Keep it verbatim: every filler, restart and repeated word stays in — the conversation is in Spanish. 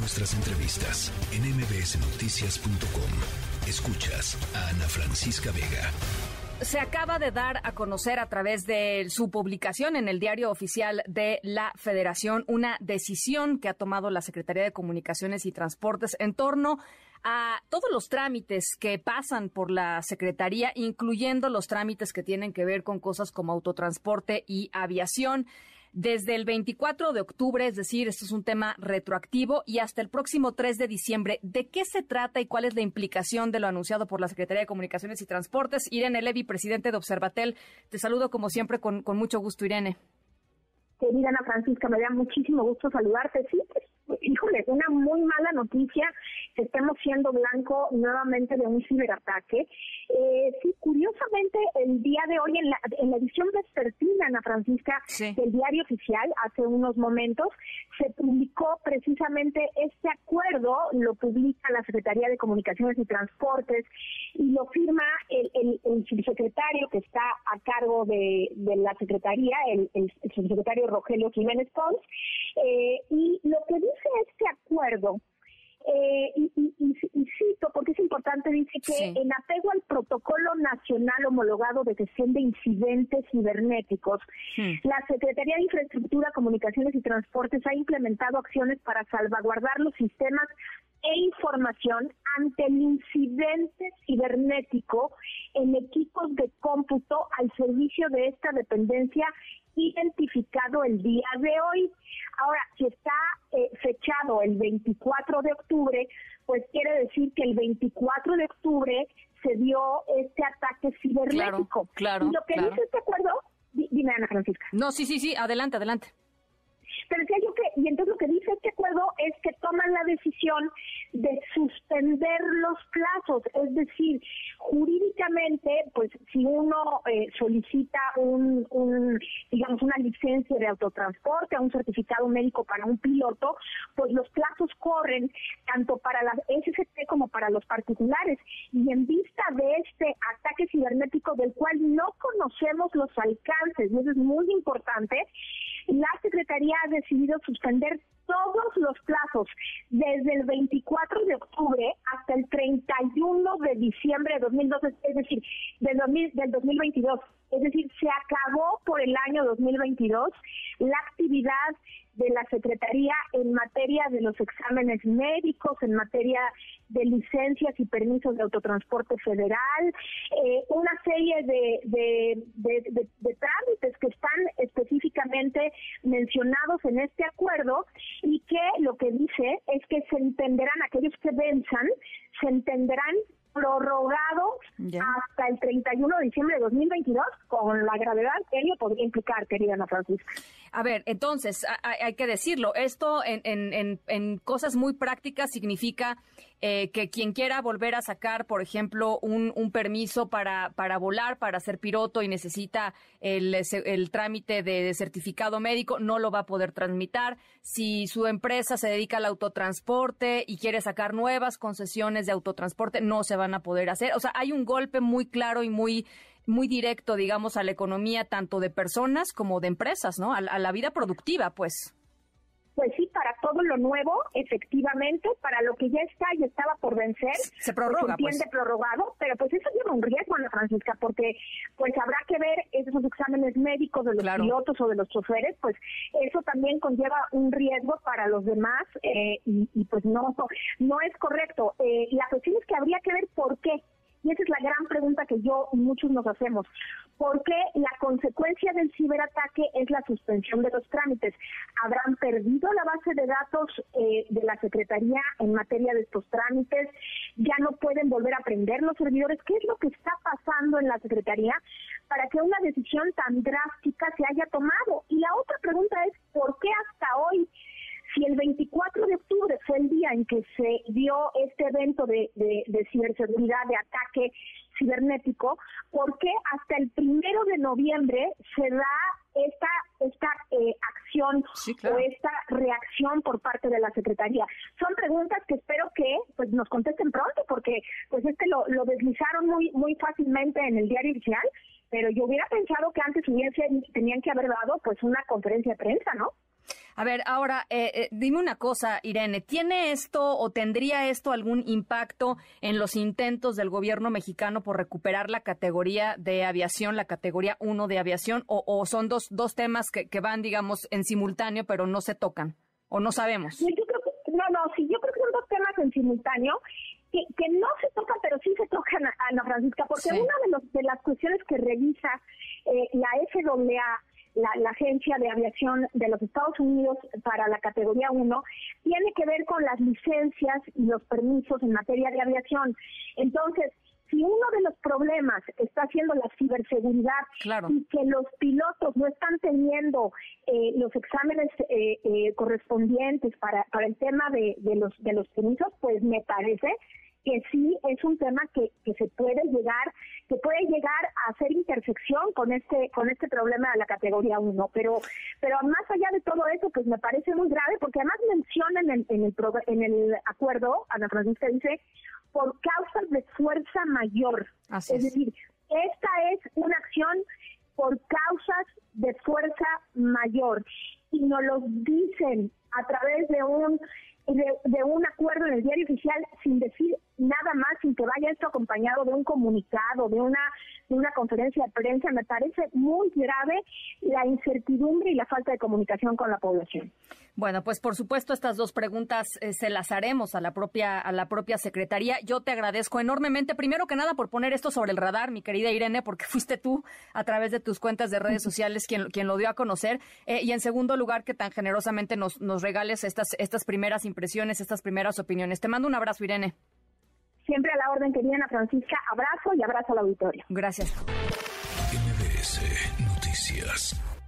nuestras entrevistas en eme be ese noticias punto com. Escuchas a Ana Francisca Vega. Se acaba de dar a conocer a través de su publicación en el Diario Oficial de la Federación una decisión que ha tomado la Secretaría de Comunicaciones y Transportes en torno a todos los trámites que pasan por la Secretaría, incluyendo los trámites que tienen que ver con cosas como autotransporte y aviación. Desde el veinticuatro de octubre, es decir, esto es un tema retroactivo, y hasta el próximo tres de diciembre. ¿De qué se trata y cuál es la implicación de lo anunciado por la Secretaría de Comunicaciones y Transportes? Irene Levy, presidente de Observatel. Te saludo como siempre con, con mucho gusto, Irene. Querida Ana Francisca, me da muchísimo gusto saludarte. Sí, pues, híjole, una muy mala noticia que estemos siendo blanco nuevamente de un ciberataque. Eh, sí, curiosamente, el día de hoy, en la, en la edición vespertina, Ana Francisca, sí, del Diario Oficial, hace unos momentos, se publicó precisamente este acuerdo, lo publica la Secretaría de Comunicaciones y Transportes, y lo firma el, el, el subsecretario que está a cargo de, de la Secretaría, el, el, el subsecretario Rogelio Jiménez Pons, eh, y lo que dice este acuerdo, eh, y, y, y, y cito porque es importante, dice que sí, en apego al protocolo nacional homologado de gestión de incidentes cibernéticos, sí, la Secretaría de Infraestructura, Comunicaciones y Transportes ha implementado acciones para salvaguardar los sistemas e información ante el incidente cibernético en equipos de cómputo al servicio de esta dependencia identificado el día de hoy. Ahora, si está eh, fechado el veinticuatro de octubre, pues quiere decir que el veinticuatro de octubre se dio este ataque cibernético. Claro, claro, y lo que claro. dice este acuerdo, dime, Ana Francisca. No, sí, sí, sí, adelante, adelante. Pero decía yo que, y entonces lo que dice este acuerdo es que toman la decisión de suspender los plazos, es decir, jurídicamente, pues si uno eh, solicita un, un, digamos, una licencia de autotransporte, un certificado médico para un piloto, pues los plazos corren tanto para la ese ese te como para los particulares, y en vista de este ataque cibernético del cual no conocemos los alcances, y eso es muy importante, la Secretaría ha decidido suspender todos los plazos desde el veinticuatro de octubre hasta el treinta y uno de diciembre de dos mil doce, es decir, del, dos mil, del dos mil veintidós. Es decir, se acabó por el año dos mil veintidós la actividad de la Secretaría en materia de los exámenes médicos, en materia de licencias y permisos de autotransporte federal, eh, una serie de, de, de, de, de trámites que están específicamente mencionados en este acuerdo, y que lo que dice es que se entenderán, aquellos que venzan, se entenderán prorrogado ya hasta el treinta y uno de diciembre de dos mil veintidós, con la gravedad que ello podría implicar, querida Ana Francisca. A ver, entonces, hay, hay que decirlo, esto en, en, en, en cosas muy prácticas significa eh, que quien quiera volver a sacar, por ejemplo, un, un permiso para, para volar, para ser piloto y necesita el, el trámite de certificado médico, no lo va a poder tramitar. Si su empresa se dedica al autotransporte y quiere sacar nuevas concesiones de autotransporte, no se van a poder hacer. O sea, hay un golpe muy claro y muy muy directo, digamos, a la economía tanto de personas como de empresas, ¿no? A, a la vida productiva, pues. Pues sí, para todo lo nuevo, efectivamente, para lo que ya está y estaba por vencer, se prorroga, se entiende pues. prorrogado, pero pues eso lleva un riesgo, Ana Francisca, porque pues habrá que ver esos exámenes médicos de los claro. pilotos o de los choferes, pues eso también conlleva un riesgo para los demás, eh, y, y pues no, no es correcto. Eh, la cuestión es que habría que ver por qué. Y esa es la gran pregunta que yo y muchos nos hacemos. ¿Por qué la consecuencia del ciberataque es la suspensión de los trámites? ¿Habrán perdido la base de datos eh, de la Secretaría en materia de estos trámites? ¿Ya no pueden volver a aprender los servidores? ¿Qué es lo que está pasando en la Secretaría para que una decisión tan drástica se haya tomado? Y la otra pregunta es, ¿por qué hasta hoy? Si el veinticuatro de octubre fue el día en que se dio este evento de, de, de ciberseguridad, de ataque cibernético, ¿por qué hasta el primero de noviembre se da esta esta eh, acción sí, claro. o esta reacción por parte de la Secretaría? Son preguntas que espero que pues nos contesten pronto, porque pues este lo, lo deslizaron muy muy fácilmente en el Diario Oficial, pero yo hubiera pensado que antes hubiese tenían que haber dado pues una conferencia de prensa, ¿no? A ver, ahora, eh, eh, dime una cosa, Irene, ¿tiene esto o tendría esto algún impacto en los intentos del gobierno mexicano por recuperar la categoría de aviación, la categoría uno de aviación, o, o son dos, dos temas que, que van, digamos, en simultáneo, pero no se tocan, o no sabemos? Yo creo que, no, no, sí, yo creo que son dos temas en simultáneo, que, que no se tocan, pero sí se tocan, Ana Francisca, porque sí. una de, los, de las cuestiones que revisa eh, la F A A, La, la Agencia de Aviación de los Estados Unidos para la categoría uno, tiene que ver con las licencias y los permisos en materia de aviación. Entonces, si uno de los problemas está siendo la ciberseguridad claro. y que los pilotos no están teniendo eh, los exámenes eh, eh, correspondientes para, para el tema de, de los de los permisos, pues me parece que sí es un tema que, que se puede llegar, que puede llegar a hacer intersección con este con este problema de la categoría uno, pero pero más allá de todo eso, pues me parece muy grave, porque además menciona en el, en el, en el acuerdo, Ana Francisca dice, por causas de fuerza mayor. Así es. es decir, esta es una acción por causas de fuerza mayor, y nos lo dicen a través de un De, de un acuerdo en el diario oficial, sin decir nada más, sin que vaya esto acompañado de un comunicado, de una de una conferencia de prensa. Me parece muy grave la incertidumbre y la falta de comunicación con la población. Bueno, pues por supuesto estas dos preguntas eh, se las haremos a la propia a la propia Secretaría. Yo te agradezco enormemente, primero que nada, por poner esto sobre el radar, mi querida Irene, porque fuiste tú, a través de tus cuentas de redes sociales, quien, quien lo dio a conocer. Eh, y en segundo lugar, que tan generosamente nos, nos regales estas, estas primeras impresiones, estas primeras opiniones. Te mando un abrazo, Irene. Siempre a la orden, querida Ana Francisca. Abrazo y abrazo al auditorio. Gracias. M B S Noticias.